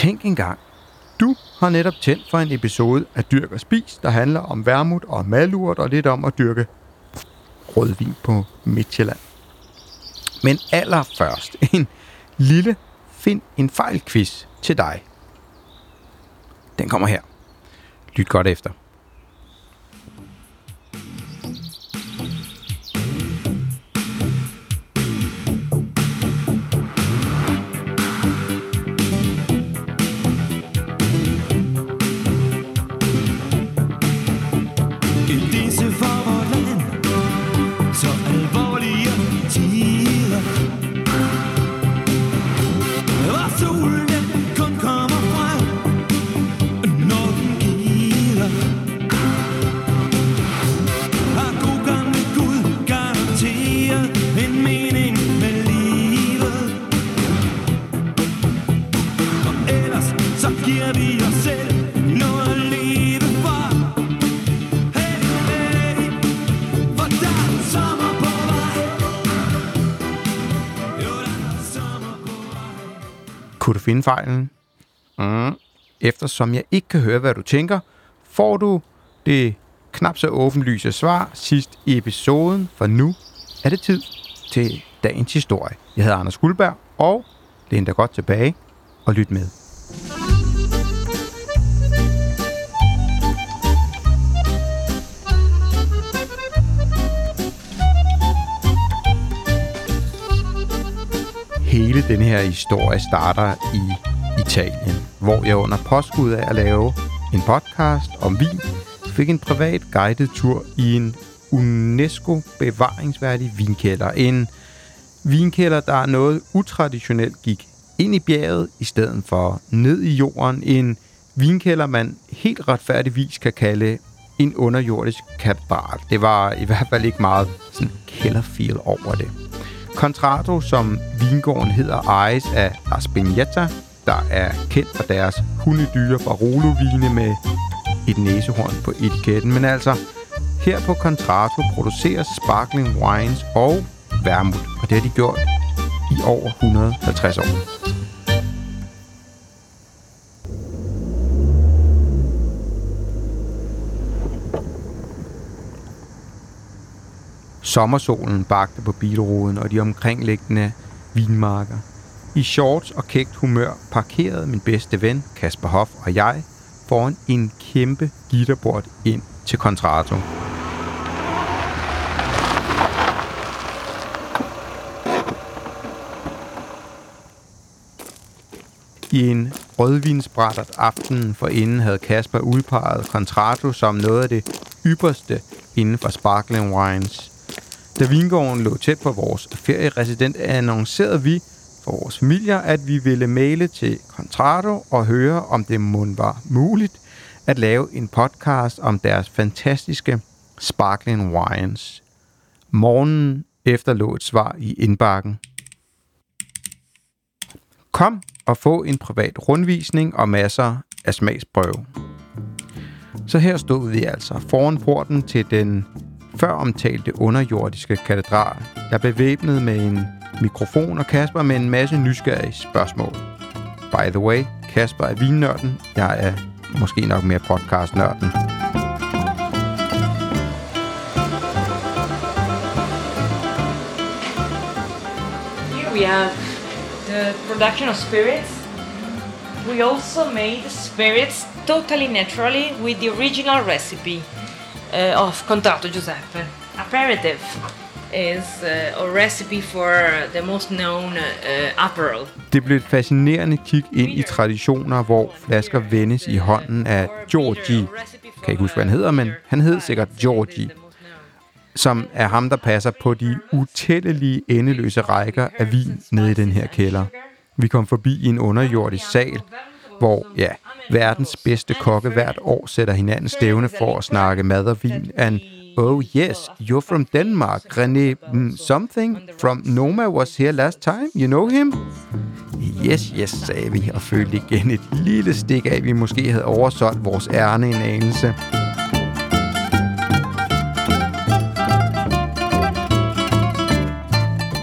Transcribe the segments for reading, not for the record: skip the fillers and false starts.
Tænk engang. Du har netop tændt for en episode af Dyrk og Spis, der handler om vermut og malurt og lidt om at dyrke rødvin på Midtjylland. Men allerførst en lille find en fejl quiz til dig. Den kommer her. Lyt godt efter. Kunne du finde fejlen? Eftersom jeg ikke kan høre, hvad du tænker, får du det knap så åbenlyse svar sidst i episoden, for nu er det tid til dagens historie. Jeg hedder Anders Guldberg, og læn dig godt tilbage og lyt med. Hele denne her historie starter i Italien, hvor jeg under påskud af at lave en podcast om vin, fik en privat guided tur i en UNESCO-bevaringsværdig vinkælder. En vinkælder, der noget utraditionelt gik ind i bjerget i stedet for ned i jorden. En vinkælder, man helt retfærdigvis kan kalde en underjordisk katedral. Det var i hvert fald ikke meget sådan kælderfeel over det. Contratto, som vingården hedder, ejes af La Spinetta, der er kendt for deres hundedyre Barolo-vine med et næsehorn på etiketten. Men altså, her på Contratto produceres sparkling wines og vermut, og det har de gjort i over 150 år. Sommersolen bagte på bilruden og de omkringliggende vinmarker. I shorts og kægt humør parkerede min bedste ven, Kasper Hoff, og jeg foran en kæmpe gitterport ind til Contratto. I en rødvinsbrættert aften forinden havde Kasper udpeget Contratto som noget af det ypperste inden for sparkling wines. Da vingården lå tæt på vores ferieresident, annoncerede vi for vores familier, at vi ville maile til Contratto og høre, om det mon var muligt at lave en podcast om deres fantastiske sparkling wines. Morgenen efter lå et svar i indbakken. Kom og få en privat rundvisning og masser af smagsprøve. Så her stod vi altså foran porten til den før omtalte underjordiske katedral. Jeg blev bevæbnet med en mikrofon og Kasper med en masse nysgerrige spørgsmål. By the way, Kasper er vinnørden. Jeg er måske nok mere podcastnørden. Here we have the production of spirits. We also made spirits totally naturally with the original recipe of Contratto Giuseppe. Aperitif is a recipe for the most known Aperol. Det blev et fascinerende kig ind i traditioner, hvor flasker vendes i hånden af Giorgi. Kan ikke huske, hvad han hedder, men han hed sikkert Giorgi, som er ham, der passer på de utællelige endeløse rækker af vin nede i den her kælder. Vi kom forbi en underjordisk sal, hvor verdens bedste kokke hvert år sætter hinanden stævne for at snakke mad og vin. And oh yes, you're from Denmark. René something from Noma was here last time. You know him? Yes, sagde vi og følte igen et lille stik af, at vi måske havde oversolgt vores ærne en anelse.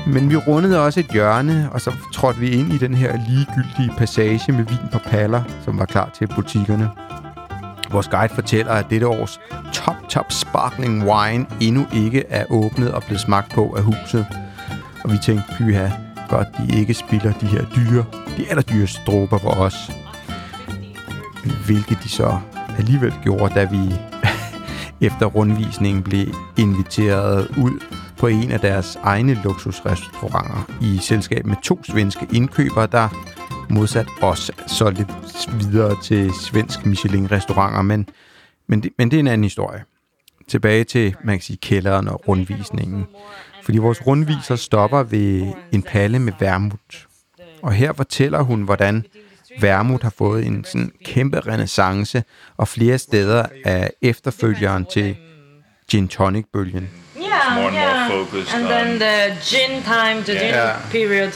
Men vi rundede også et hjørne, og så trådte vi ind i den her ligegyldige passage med vin på paller, som var klar til butikkerne. Vores guide fortæller, at dette års top sparkling wine endnu ikke er åbnet og blevet smagt på af huset. Og vi tænkte, pyha, godt de ikke spilder de her de allerdyreste dråber for os. Hvilket de så alligevel gjorde, da vi efter rundvisningen blev inviteret ud på en af deres egne luksusrestauranter i selskab med 2 svenske indkøbere, der modsat os solgte videre til svensk Michelin-restauranter, men det er en anden historie. Tilbage til, man kan sige, kælderen og rundvisningen. Fordi vores rundviser stopper ved en palle med vermut. Og her fortæller hun, hvordan vermut har fået en sådan kæmpe renaissance, og flere steder af efterfølgeren til gin tonic-bølgen. Yeah. And then the gin time, the gin period.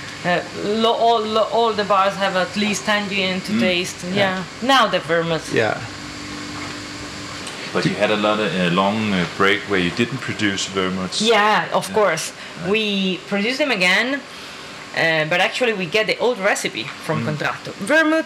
All the bars have at least 10 gin to taste. Yeah. Now the vermouth. Yeah. But you had a long break where you didn't produce vermouths. Yeah, of course. We produce them again, but actually we get the old recipe from Contratto. Vermouth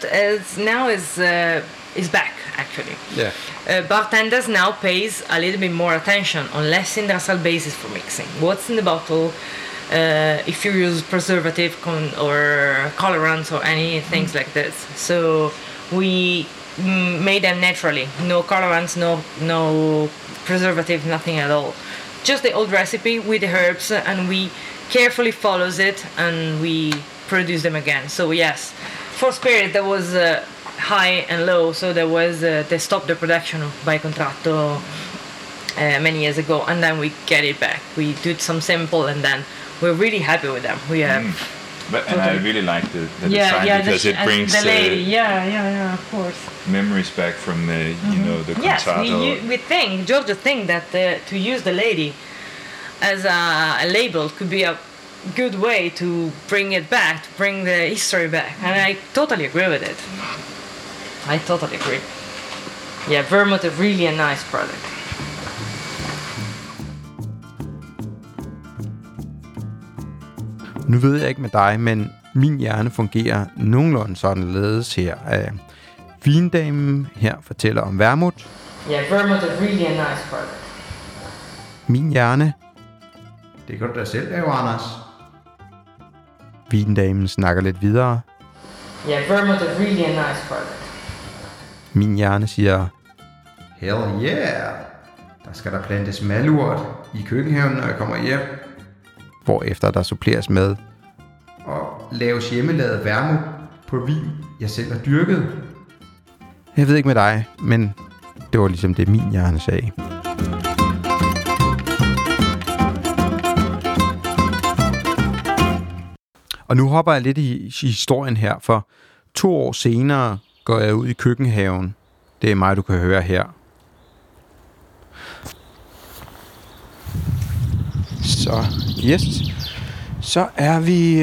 is back, actually. Yeah. Bartenders now pays a little bit more attention on less industrial basis for mixing. What's in the bottle? If you use preservative or colorants or any things like this. So we made them naturally. No colorants, no preservative, nothing at all. Just the old recipe with the herbs, and we carefully follows it and we produce them again. So yes, for spirit there was high and low, so there was they stopped the production by Contratto many years ago, and then we get it back. We did some sample, and then we're really happy with them. We have and I really like the design because it brings the lady. Of course. Memories back from the the Contratto. Yes, we think Giorgio think that to use the lady as a label could be a good way to bring it back, to bring the history back, and I totally agree with it. I totally agree. Yeah, vermouth is really a nice product. Nu ved jeg ikke med dig, men min hjerne fungerer nogenlunde således her. Vindamen her fortæller om vermouth. Yeah, vermouth is really a nice product. Min hjerne. Det kan du da selv lave, Anders. Vindamen snakker lidt videre. Yeah, vermouth is really a nice product. Min hjerne siger, hell yeah, der skal der plantes malurt i køkkenhaven, når jeg kommer hjem. Hvorefter der suppleres med og laves hjemmelavet vermouth på vin, jeg selv har dyrket. Jeg ved ikke med dig, men det var ligesom det, min hjerne sagde. Og nu hopper jeg lidt i historien her, for 2 år senere går jeg ud i køkkenhaven. Det er mig, du kan høre her. Så, yes. Så er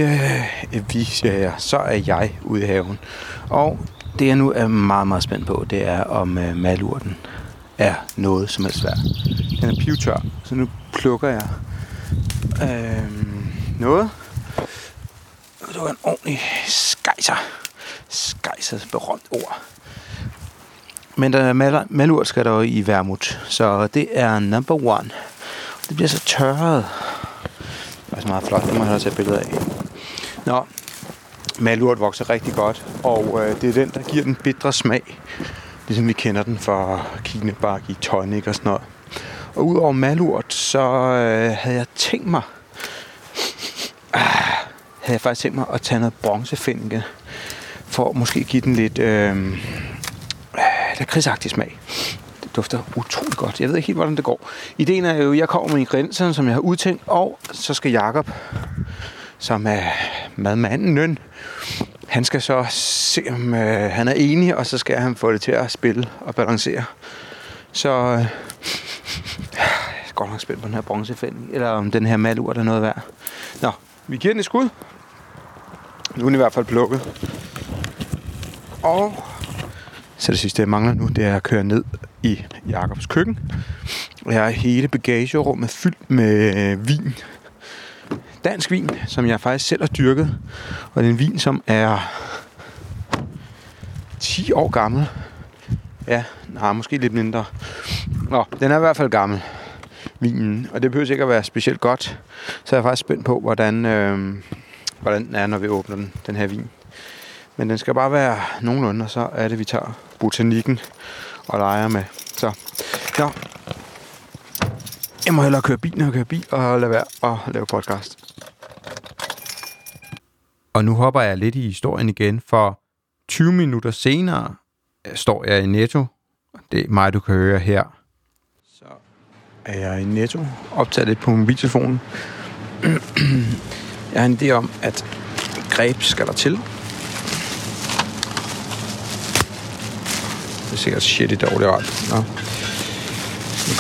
så er jeg ude i haven. Og det jeg nu er meget, meget spændt på, det er om malurten er noget som helst værd. Den er pivtør, så nu plukker jeg noget. Det var en ordentlig skejser. Skejser, berømt ord. Men der malurt skal der i vermut, så det er number 1. Det bliver så tørret. Det er så meget flot, det må jeg have taget billeder af. Nå, malurt vokser rigtig godt, og det er den, der giver den bitre smag. Ligesom vi kender den fra kinebark i tonic og sådan noget. Og udover malurt, så havde jeg faktisk tænkt mig at tage noget bronzefænke, for at måske give den lidt lakridsagtig smag. Det dufter utroligt godt. Jeg ved ikke helt, hvordan det går. Ideen er jo, at jeg kommer med ingredienserne, som jeg har udtænkt, og så skal Jakob, som er madmanden, han skal så se, om han er enig, og så skal han få det til at spille og balancere. Så jeg er godt nok spændt på den her bronzefænke, eller om den her malurt er noget værd. Nå, vi giver den et skud. Nu er den i hvert fald plukket. Og så det sidste, jeg mangler nu, det er at køre ned i Jakobs køkken. Jeg har hele bagagerummet fyldt med vin. dansk vin, som jeg faktisk selv har dyrket. Og det er en vin, som er 10 år gammel. Ja, nej, måske lidt mindre. Nå, den er i hvert fald gammel, vinen. Og det behøver sikkert være specielt godt. Så er jeg faktisk spændt på, hvordan den er, når vi åbner den her vin. Men den skal bare være nogenlunde, og så er det, vi tager botanikken og leger med. Så, ja. Jeg må hellere køre bil og lade være og lave podcast. Og nu hopper jeg lidt i historien igen, for 20 minutter senere står jeg i Netto. Det er mig, du kan høre her. Så er jeg i Netto, optaget lidt på mobiltelefonen. Jeg har en idé om, at greb skal der til. Det er sikkert shit i dårlig ret. Nå. Nu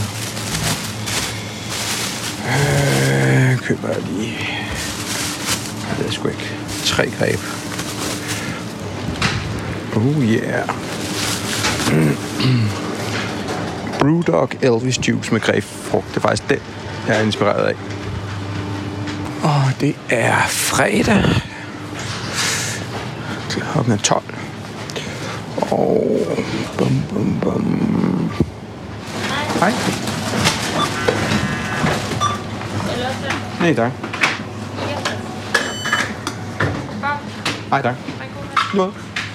køber jeg lige... Jeg ved sgu ikke. 3 greb. Oh yeah. Brewdog Elvis Juice med grebfrugt. Det er faktisk den, jeg er inspireret af. Og det er fredag. Klokken er 12. Og... Bum. Hej. Nej, tak. Hej, tak. Nå.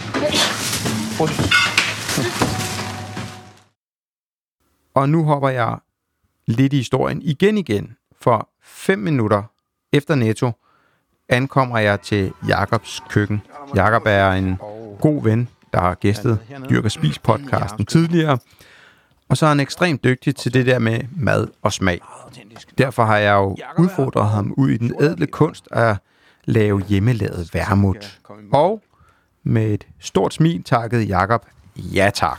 Og nu hopper jeg lidt i historien igen. For 5 minutter efter Netto ankommer jeg til Jakobs køkken. Jakob er en god ven, der har gæstet Dyrk og Spis podcasten tidligere. Og så er han ekstremt dygtig til det der med mad og smag. Derfor har jeg jo udfordret ham ud i den ædle kunst at lave hjemmelavet vermut. Og med et stort smil takkede Jakob ja tak.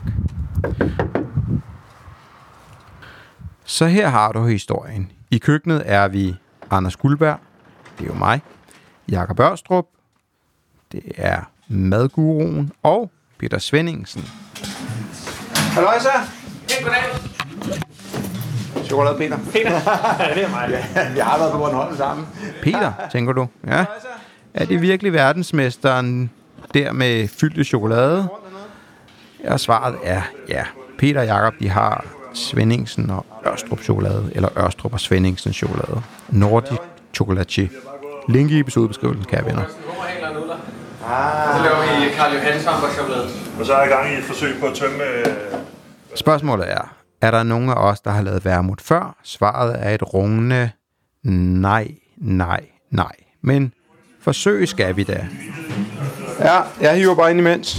Så her har du historien. I køkkenet er vi Anders Guldberg, det er jo mig, Jakob Ørstrup, det er madguruen og Peter Svenningsen. Halløj så! Goddag. Chokolade Peter. Peter? Ja, det er mig. Ja, vi har været på Bornholm sammen. Peter, tænker du? Ja. Er det virkelig verdensmesteren der med fyldte chokolade? Ja, svaret er ja. Peter og Jakob, de har Svenningsen og Ørstrup chokolade, eller Ørstrup og Svenningsen chokolade. Nordic chocolatier. Link i episodebeskrivelsen, kære venner. Så laver vi Karl Johan chokolade. Og så er jeg i gang i et forsøg på at tømme... Spørgsmålet er der nogen af os, der har lavet vermut før? Svaret er et rungende nej. Men forsøg skal vi da. Ja, jeg hiver bare ind imens.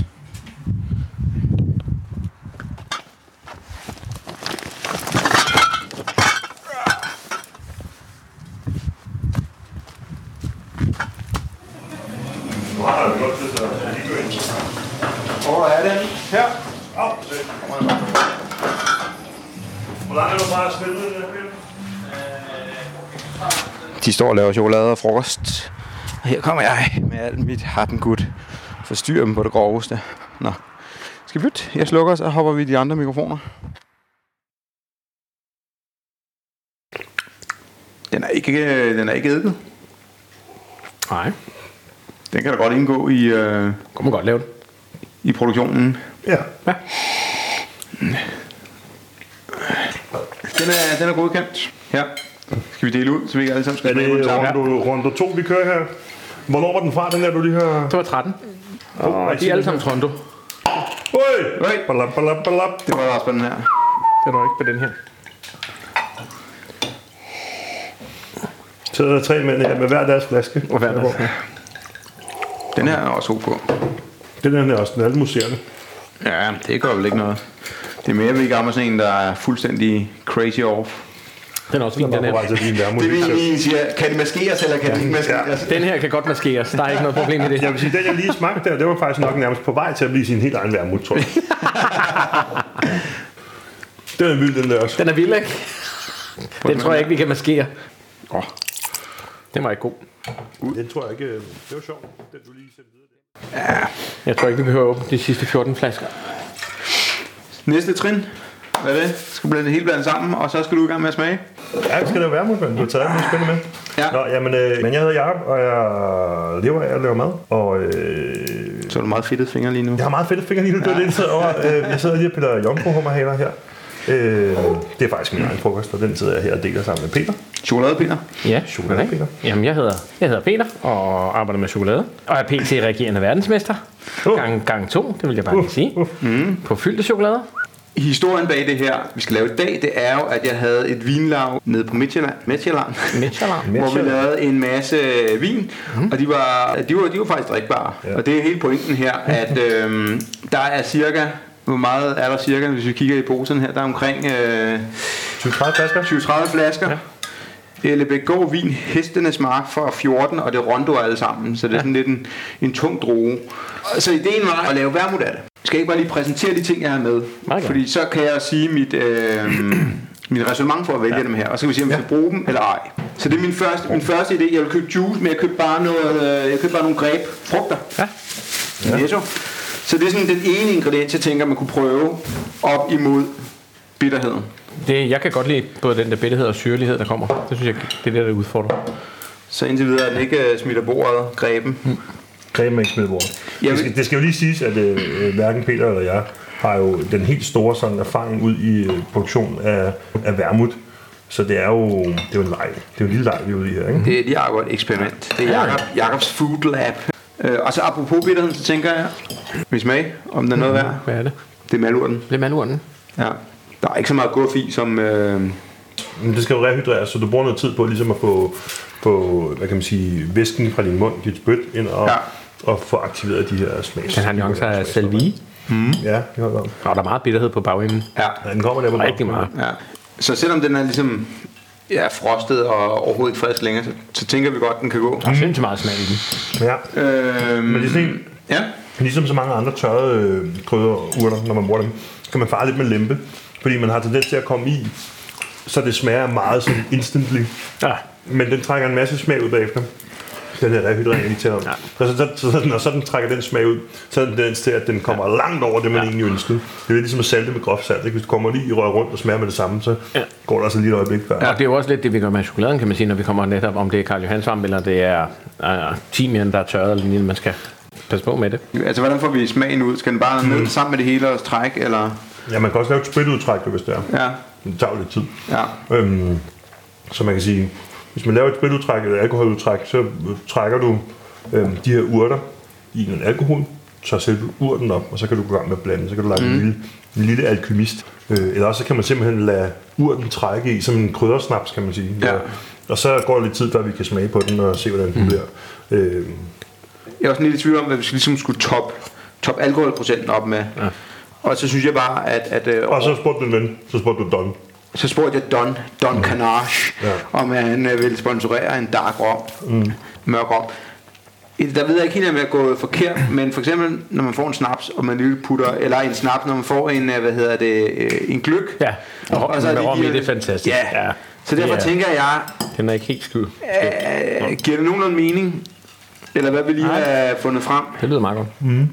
Hvor er den? Her. Hvor langt er du bare spillet det her? De står og laver chokolade og frokost. Og her kommer jeg med alt mit happengud. Forstyrrer dem på det groveste. Nå. Skal vi bytte? Jeg slukker, så hopper vi i de andre mikrofoner. Den er ikke ædket. Nej. Den kan da godt indgå i... Kunne man godt lave det. I produktionen. Ja. Den er godkendt. Her. Skal vi dele ud, så vi ikke alle sammen skal smage på den samme? Rondo 2, vi kører her. Hvornår var den fra, den der, du lige har... Det var 13. Og de er alle sammen Toronto. Oj! Balap. Det var også på den her. Det er nok ikke på den her. Så er der 3 mænd her med hver deres flaske. Og hver deres. Den her er også god på. Den er også den alle museerne. Ja, det gør vel ikke noget. Det er mere, vi gamle sådan en, der er fuldstændig crazy off. Den er også fin, den her. Det er vi siger, kan det maskeres, eller kan det ikke maskeres? Den her kan godt maskeres. Der er ikke noget problem i det. Jeg vil sige, den jeg lige smagte der, det var faktisk nok nærmest på vej til at blive sin helt egen vermut, tror jeg. Den er vild, den der også. Den er vild, ikke? Den tror jeg ikke, vi kan maskere. Den var ikke god. Den tror jeg ikke... Det var sjovt, den du lige sætter videre. Ja. Jeg tror ikke, vi behøver at åbne de sidste 14 flasker. Næste trin. Hvad er det? Skal blande det hele blandet sammen, og så skal du i gang med at smage. Ja, det skal der være, men du har taget noget spændende med. Ja. Nå, jamen, men jeg hedder Jacob, og jeg lever af at lave mad. Og, så er du meget fedtet fingre lige nu. Jeg har meget fedtet fingre lige nu. Det er det, jeg sidder over. Jeg sidder lige og piller jomfruhummerhaler her. Det er faktisk min egen frokost, og den sidder jeg her og deler sammen med Peter. Chokoladepeter? Ja, Chokoladepeter. Jamen, jeg hedder Peter og arbejder med chokolade. Og er pt. regerende verdensmester. Gang 2, det vil jeg bare lige sige. På fyldte chokolader. Historien bag det her, vi skal lave i dag, det er jo, at jeg havde et vinlaug nede på Midtjylland, hvor vi lavede en masse vin, og de var faktisk drikbare. Ja. Og det er hele pointen her, at der er cirka, hvor meget er der cirka, hvis vi kigger i posen her, der er omkring 20-30 flasker. 20-30 flasker. Ja. Ellebækgård vin, Hestenes Mark fra 14, og det er Rondo alle sammen, så det er sådan lidt en tung droge. Så ideen var at lave vermut af det. Skal jeg ikke bare lige præsentere de ting, jeg har med? Fordi så kan jeg sige mit resonemang for at vælge dem her, og så kan vi se, om vi skal bruge dem eller ej. Så det er min første idé. Jeg vil købe juice, men jeg købte bare nogle grebfrugter. Ja. Netto. Så det er sådan den ene ingrediens, jeg tænker, man kunne prøve op imod bitterheden. Jeg kan godt lide både den der bitterhed og syrlighed, der kommer. Det synes jeg, det er det, der udfordrer. Så indtil videre, at den ikke smitter bordet, greben. Greben er ikke smitter bordet. Det skal jo lige siges, at hverken Peter eller jeg har jo den helt store sådan erfaring ud i produktion af vermut. Så det er jo en leg. Det er jo en lille leg, vi er ude i her, ikke? Det er et Jacob eksperiment. Det er Jacobs Food Lab. Og så apropos bitterheden, så tænker jeg, vi smage, om den er noget værd. Hvad er det? Det er malurten. Det er malurten. Ja. Der er ikke så meget guf i som... Men det skal jo rehydreres, så du bruger noget tid på ligesom at få hvad kan man sige, væsken fra din mund, dit spyt ind og få aktiveret de her smags. Den har nuancer af salvie. Ja, det har godt. Og der er meget bitterhed på bagenden. Ja, den kommer der på rigtig meget. Ja. Så selvom den er ligesom frostet og overhovedet ikke frisk længere, så tænker vi godt, den kan gå. Der er sindssygt meget smag i den. Ja. Men det er sådan ligesom så mange andre tørrede krydderurter, når man bruger dem, kan man fare lidt med lempe, fordi man har tendens til at komme i, så det smager meget sådan instantly. Ja. Men den trækker en masse smag ud bagefter. Den her rehydrering, jeg lige taler om. Ja. Når så den trækker den smag ud, så er den tendens til, at den kommer langt over det, man egentlig ønskede. Det er lidt ligesom at salte med groft salt. Ikke? Hvis du kommer lige rører rundt og smager med det samme, så går der altså lige et øjeblik før. Ja, det er jo også lidt det, vi gør med chokoladen, kan man sige, når vi kommer netop, om det er Karl Johansson, eller det er timian, der er tørret, eller lignende, man skal passe på med det. Altså, hvordan får vi smagen ud? Skal den bare ned sammen med det hele og trække, eller? Ja, man kan også lave et spytudtræk, hvis det er. Ja. Det tager jo lidt tid. Ja. Så man kan sige, hvis man laver et spytudtræk eller alkoholudtræk, så trækker du de her urter i en alkohol, så sætter du urten op, og så kan du gå i gang med at blande. Så kan du lave en lille alkymist. Eller også så kan man simpelthen lade urten trække i, som en kryddersnaps, kan man sige. Ja. Og så går det lidt tid, før vi kan smage på den og se, hvordan den bliver. Jeg er også lidt i tvivl om, at vi ligesom skulle top alkoholprocenten op med. Ja. Og så synes jeg bare, at og så spurgte du en ven, så spurgte du Don. Så spurgte jeg Don Canage, om han ville sponsorere en dark rom, mørk rom. Der ved jeg ikke helt, om jeg er gået forkert, men for eksempel, når man får en snaps, og man lige putter, eller en snaps, når man får en, en gløgg. Ja, og så rom i, det er fantastisk. Ja. Så derfor tænker jeg... Den er ikke helt skyld. Giver det nogenlunde mening? Eller hvad vi lige har fundet frem? Det lyder meget godt.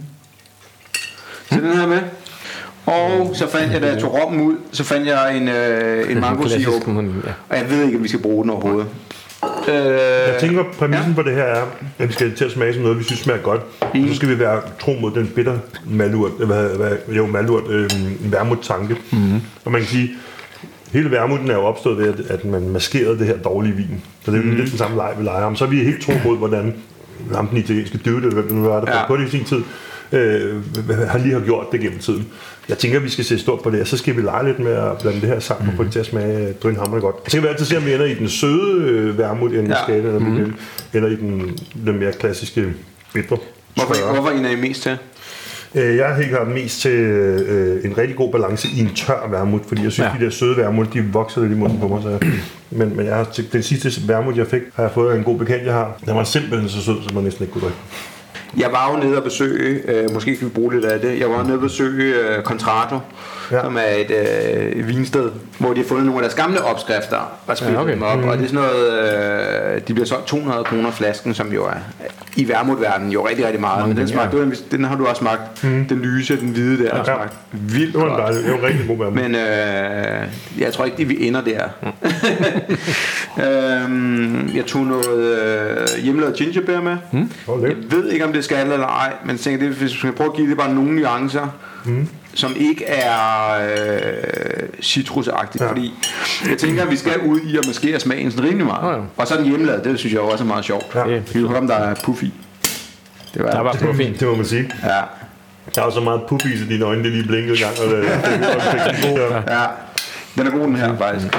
Så den her med. Og så fandt jeg, da jeg tog rommen ud, så fandt jeg en mango sirup. Og jeg ved ikke, om vi skal bruge den overhovedet. Jeg tænker, præmissen på det her er, at vi skal til at smage som noget, vi synes smager godt. Så skal vi være tro mod den bitter malurt, vermut-tanke. Og man kan sige, hele vermuten er jo opstået ved, at man maskerede det her dårlige vin. Så det er lidt den samme leg, vi leger om. Så er vi helt tro mod, hvordan den italienske døde, eller hvem det nu var, der på det i sin tid, han lige har gjort det gennem tiden. Jeg tænker, at vi skal se stort på det, og så skal vi lege lidt med at blande det her sammen og få det til at smage drønhamrende godt. Så kan vi altid se, om vi ender i den søde vermut, eller i den mere klassiske bitre. Hvorfor ender I mest til? Jeg er helt klart mest til en rigtig god balance i en tør vermut, fordi jeg synes, de der søde vermut, de vokser lidt i munden på mig. Så men jeg har, den sidste vermut, jeg fik, har jeg fået af en god bekendt, jeg har. Den var simpelthen så sød, som man næsten ikke kunne drikke. Jeg var jo nede og besøge, måske kan vi bruge lidt af det, jeg var nede og besøge Contrato, som er et vinsted hvor de har fundet nogle af deres gamle opskrifter og splittet dem op, og det er sådan noget, de bliver solgt 200 kroner flasken, som jo er i vermutverdenen jo rigtig, rigtig meget, men den smagte, den har du også smagt, den lyse, den hvide der, har smagt vildt godt. Det var rigtig god vermut. Men jeg tror ikke, vi ender der. Jeg tog noget hjemmelavet gingerbeer med. Jeg ved ikke, om det skal eller ej, men tænker, hvis vi skal prøve at give det bare nogle nuancer, som ikke er citrusagtigt, fordi jeg tænker, at vi skal ud i at maskere smagen sådan rimelig meget. Og så den hjemmelavet, det synes jeg også er meget sjovt. Vi vil høre, om der er puff i. Der var puff i. Det må man sige. Ja. Der er jo så meget puff i, så dine øjne lige blinkede i gang. Og ja, den er god, den her faktisk.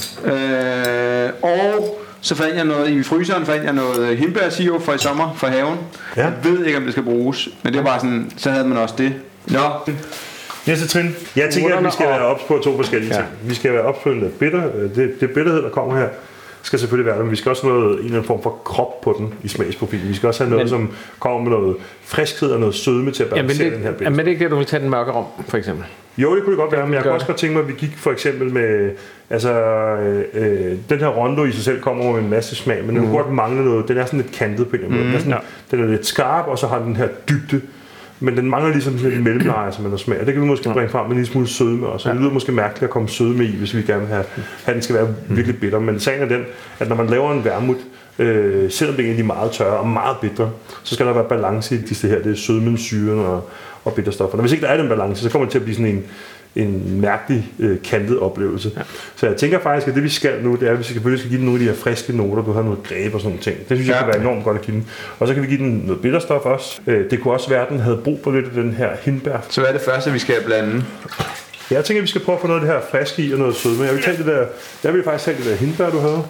Og så fandt jeg noget i fryseren, noget hindbærsirup fra i sommer fra haven. Jeg ved ikke, om det skal bruges, men det var bare sådan, så havde man også det. Næste trin. Jeg tænker, at vi skal være ops på 2 forskellige ting. Vi skal være ops på den bitter. Det bitterhed, der kommer her, skal selvfølgelig være der, men vi skal også have en eller anden form for krop på den i smagsprofilen. Vi skal også have noget, som kommer med noget friskhed og noget sødme til at balancere den her bitter. Men det er ikke det, du vil tage den mørke rom, for eksempel? Jo, det kunne det godt være, men jeg kunne også godt tænke mig, at vi gik for eksempel med, den her rondo i sig selv kommer med en masse smag, men den kunne godt mangle noget. Den er sådan lidt kantet på en eller anden måde. Den er lidt skarp, og så har den her dybde. Men den mangler ligesom sådan et mellemleje, som man har smag. Og det kan vi måske bringe frem med en lille smule sødme også. Det lyder måske mærkeligt at komme sødme i, hvis vi gerne vil have den skal være virkelig bitter. Men sagen er den, at når man laver en vermut, selvom det er egentlig meget tørre og meget bitter, så skal der være balance i det her. Det er sødmen, syren og bitterstofferne. Hvis ikke der er den balance, så kommer det til at blive sådan en mærkelig kantet oplevelse. Så jeg tænker faktisk, at det vi skal nu, det er, at vi selvfølgelig skal give den nogle af de her friske noter. Du har noget greb og sådan nogle ting. Det synes jeg kan være enormt godt at give den. Og så kan vi give den noget bitterstof også. Det kunne også være, at den havde brug for lidt af den her hindbær. Så hvad er det første, vi skal blande? Jeg tænker, at vi skal prøve at få noget af det her friske i og noget sødme. Jeg vil faktisk tage det der hindbær, du havde.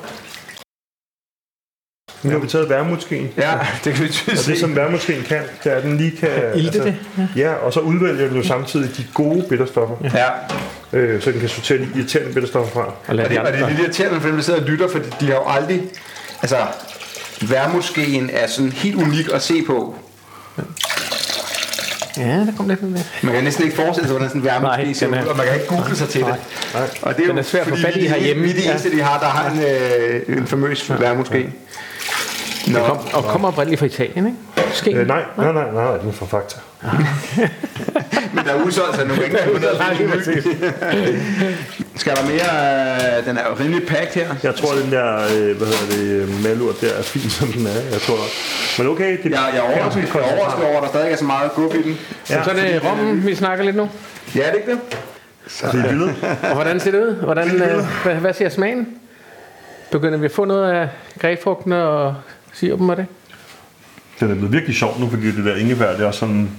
Nu har vi taget vermutskeen. Ja, det kan vi tydeligt se. Og det som vermutskeen kan, det er, at den lige kan... Ilte det? Ja, og så udvælger den jo samtidig de gode bitterstoffer. Ja. Så den kan sortere de irriterende bitterstoffer fra. Og det er lidt irriterende for dem, der sidder og lytter, for de har jo aldrig... Altså, vermutskeen er sådan helt unik at se på. Ja, der kom lidt med. Man kan næsten ikke forestille sig, hvordan sådan en vermutske ser ud, og man kan ikke google sig til det. Og det er den er svært at få fat i herhjemme. Vi er de eneste, de har, der har en famøs vermutske. Og kommer oprindeligt fra Italien, ikke? Nej, den er fra Fakta. Men der er udsolgt sig nogle gange. Skal der mere? Den er jo rimelig packed her. Jeg tror, den der, malurt der er fint, som den er. Jeg tror. Men okay. Jeg er overrasket over, at der stadig er så meget guf i den. Ja. Så er det rommen, vi snakker lidt nu? Ja, det er ikke det? Så det er billedet. Og hvordan ser det ud? Hvad siger smagen? Begynder vi at få noget af grebfrugtene og sirupen og det? Den er blevet virkelig sjov nu, fordi det der ingefær, det er også sådan...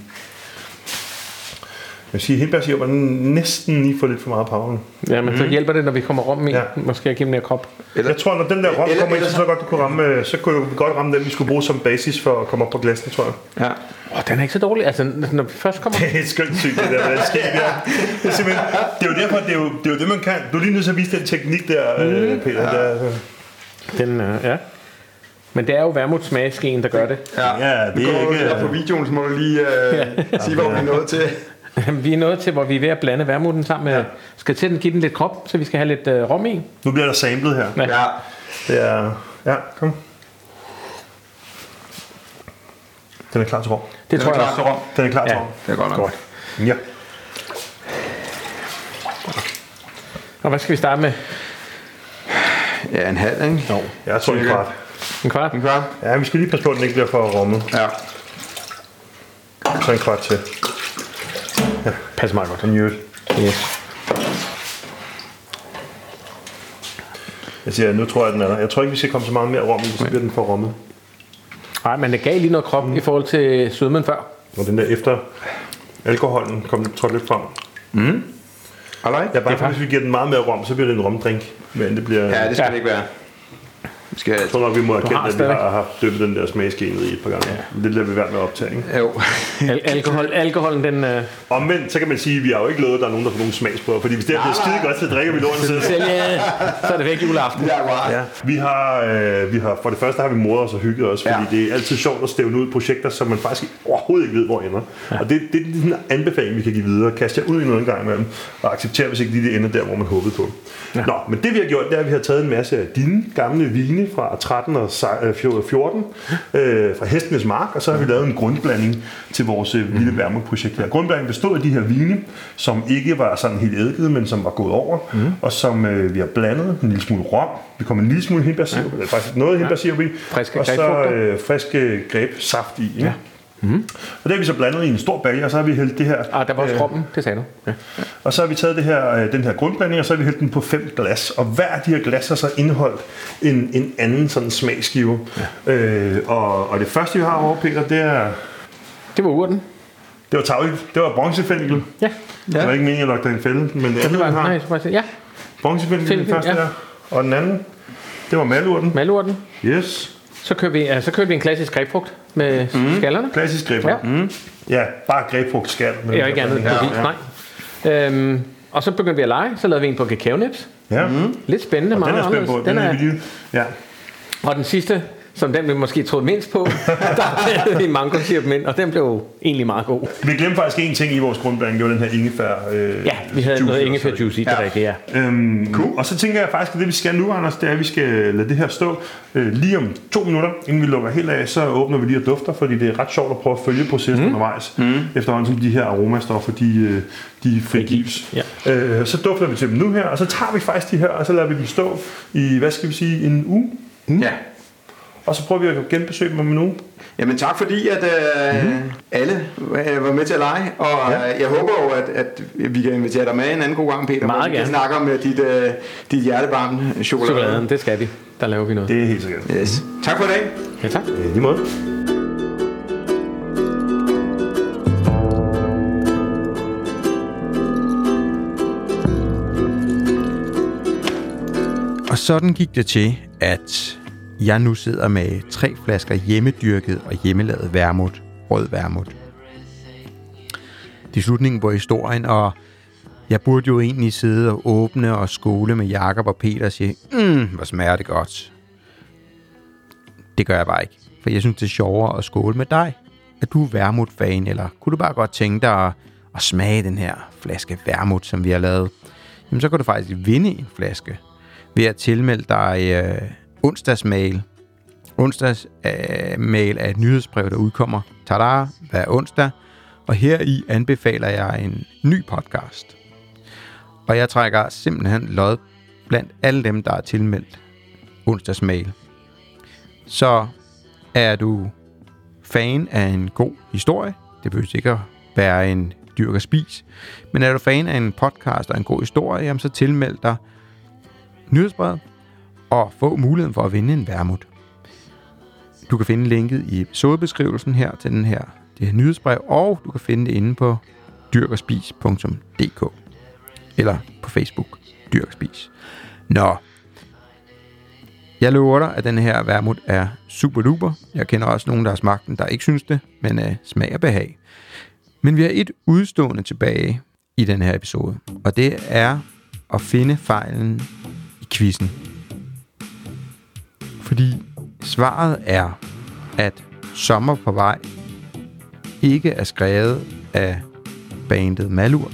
Jeg siger, hindbærsirup er næsten lige for lidt for meget power. Ja, men så hjælper det, når vi kommer rom i. Ja. Måske at give mere krop. Jeg tror, når den der rom kommer i, så godt du kunne ramme, så kunne du godt ramme den, vi skulle bruge som basis for at komme op på glasen, tror jeg. Ja. Den er ikke så dårlig. Altså, når vi først kommer... Det er skønt sygt, det der. Det er simpelthen... Det er jo derfor, det er jo det, man kan. Du er lige nødt til at vise den teknik der, Peter. Den, ja. Men det er jo vermutsmageskeen, der gør det. Ja, det er ikke... På videoen, så må du lige sige, hvor vi er nået til. Vi er nået til, hvor vi er ved at blande vermuten sammen med... Skal til den give den lidt krop, så vi skal have lidt rom i. Nu bliver der samlet her. Ja. Det er... Ja, kom. Den er klar til rom. Det tror jeg også. Den er klar til rom. Det er godt nok. Ja. Og hvad skal vi starte med? Ja, en halv, ikke? Jo, jeg tror en kvart. En kvart? En kvart? Ja, vi skal lige passe på, at den ikke bliver for rommet. Ja. Så en kvart til. Ja, passer meget godt. En jød. Yes. Jeg siger, nu tror jeg, den er der. Jeg tror ikke, vi skal komme så meget mere rom, så bliver den for rommet. Nej, men det gav lige noget krop i forhold til sødmen før. Og den der efter alkoholen kom trådt lidt frem. Jeg er bare hvis vi giver den meget mere rom, så bliver det en romdrink. Men det bliver... Ja, det skal det ikke være. Jeg tror nok, vi må erkende, at vi har haft døbet den der smagsgen i et par gange. Ja. Det lader vi være med at optage, ikke? Jo. Alkoholen, den... Omvendt, så kan man sige, at vi har jo ikke lovet, at der er nogen, der får nogen smagsprøver. Fordi hvis det er blevet skide godt, så drikker vi lorten selv. Så er det væk juleaften. Ja. Vi har for det første har vi modet os og hygget os, fordi det er altid sjovt at stævne ud projekter, som man faktisk overhovedet ikke ved, hvor ender. Ja. Og det er sådan en anbefaling, vi kan give videre. Kast jer ud i noget en gang imellem, og acceptere, hvis ikke det ender der, hvor man håbede på. Ja. Nå, men det vi har gjort, det er, at vi har taget en masse af dine gamle vine fra 13 og 14, fra Hestenes Mark, og så har vi lavet en grundblanding til vores lille vermutprojekt her. Grundblandingen bestod af de her vine, som ikke var sådan helt eddikede, men som var gået over, og som vi har blandet en lille smule rom. Vi kommer en lille smule hindbærsirup, eller faktisk noget hindbærsirup i, og så friske grebsaft i. Ja. Mm-hmm. Og det har vi så blandet i en stor bage, og så har vi hældt det her... der var også rommen, det sagde du. Ja. Og så har vi taget den her grundblanding, og så har vi hældt den på 5 glas. Og hver af de her glas har så indeholdt en anden sådan smagsskive. Ja. Og det første, vi har over, Peter, det er... Det var urten. Det var tagligt. Det var bronzefændikel. Ja. Det var ikke meningen at lukke dig en fælde, men det andet, har... Ja. Bronzefændikel, den første der. Og den anden, det var malurten. Malurten. Yes. Så kører vi en klassisk grebfrugt med skallerne. Klassisk grebfrugt. Ja. Ja, bare grebfrugt skal. Ja, ikke andet. Nej. Og så begyndte vi at lege. Så lavede vi en på kakaonips. Ja. Lidt spændende. Og meget den er spændt på. Den er ja. Og den sidste, som den vi måske troede mindst på, der havde vi mango-sirup ind, og den blev egentlig meget god. Vi glemte faktisk en ting i vores grundblanding, det var den her ingefær ja, vi havde noget ingefær-juice i det rigtige, cool. Og så tænker jeg faktisk, at det vi skal nu, Anders, det er, at vi skal lade det her stå lige om 2 minutter, inden vi lukker helt af, så åbner vi lige og dufter, fordi det er ret sjovt at prøve at følge processen undervejs, efterhånden som de her aromastoffer, de frigives. Ja. Så dufter vi til dem nu her, og så tager vi faktisk de her, og så lader vi dem stå i, hvad skal vi sige, en uge. Ja. Og så prøver vi at genbesøge dem om en uge. Jamen tak fordi, at alle var med til at lege. Og jeg håber jo, at vi kan invitere dig med en anden god gang, Peter. Meget gerne. Vi kan snakke om dit hjertevarme chokolade. Det skal vi. Der laver vi noget. Det er helt sikkert. Yes. Tak for i dag. Ja, tak. Lige måde. Og sådan gik det til, at jeg nu sidder med 3 flasker hjemmedyrket og hjemmelavet vermut, rød vermut. Det er slutningen på historien, og jeg burde jo egentlig sidde og åbne og skåle med Jakob og Peter og sige, hvor smager det godt. Det gør jeg bare ikke, for jeg synes, det er sjovere at skåle med dig. Er du vermut-fan, eller kunne du bare godt tænke dig at smage den her flaske vermut, som vi har lavet? Jamen, så kan du faktisk vinde en flaske ved at tilmelde dig onsdagsmail. Onsdagsmail er et nyhedsbrev, der udkommer hver onsdag. Og heri anbefaler jeg en ny podcast. Og jeg trækker simpelthen lod blandt alle dem, der er tilmeldt onsdagsmail. Så er du fan af en god historie, det behøver ikke være en dyrk og spis, men er du fan af en podcast og en god historie, jamen så tilmeld dig nyhedsbrevet og få muligheden for at vinde en vermut. Du kan finde linket i episodebeskrivelsen her til det her nyhedsbrev, og du kan finde det inde på dyrkogspis.dk eller på Facebook, Dyrk og Spis. Nå, jeg lover dig, at den her vermut er super duper. Jeg kender også nogen, der har smagt den, der ikke synes det, men smag og behag. Men vi har et udstående tilbage i den her episode, og det er at finde fejlen i quizzen. Fordi svaret er, at Sommer på vej ikke er skrevet af bandet Malurt.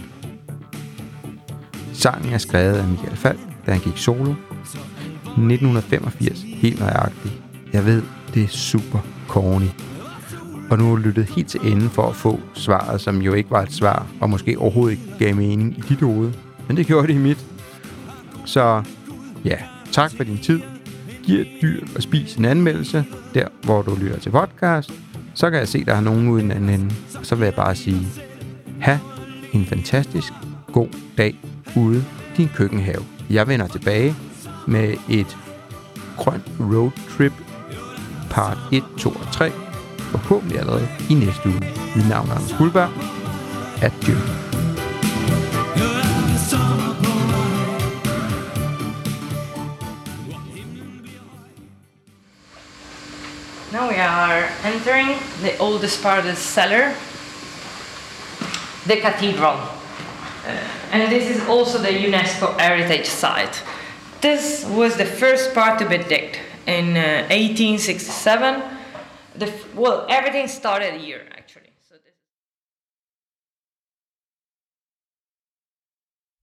Sangen er skrevet af Michael Falch, da han gik solo. 1985, helt nøjagtigt. Jeg ved, det er super corny. Og nu har jeg lyttet helt til enden for at få svaret, som jo ikke var et svar, og måske overhovedet ikke gav mening i dit hoved. Men det gjorde det i mit. Så ja, tak for din tid. Giv Dyrk og Spis en anmeldelse, der hvor du lytter til podcast. Så kan jeg se, der er nogen ude i den anden ende. Og så vil jeg bare sige, ha' en fantastisk god dag ude i din køkkenhave. Jeg vender tilbage med et grønt roadtrip part 1, 2 og 3. Forhåbentlig allerede i næste uge. Mit navn er Anders Guldberg. Adieu. Now we are entering the oldest part of the cellar, the cathedral. And this is also the UNESCO heritage site. This was the first part to be digged in 1867. Everything started here, actually.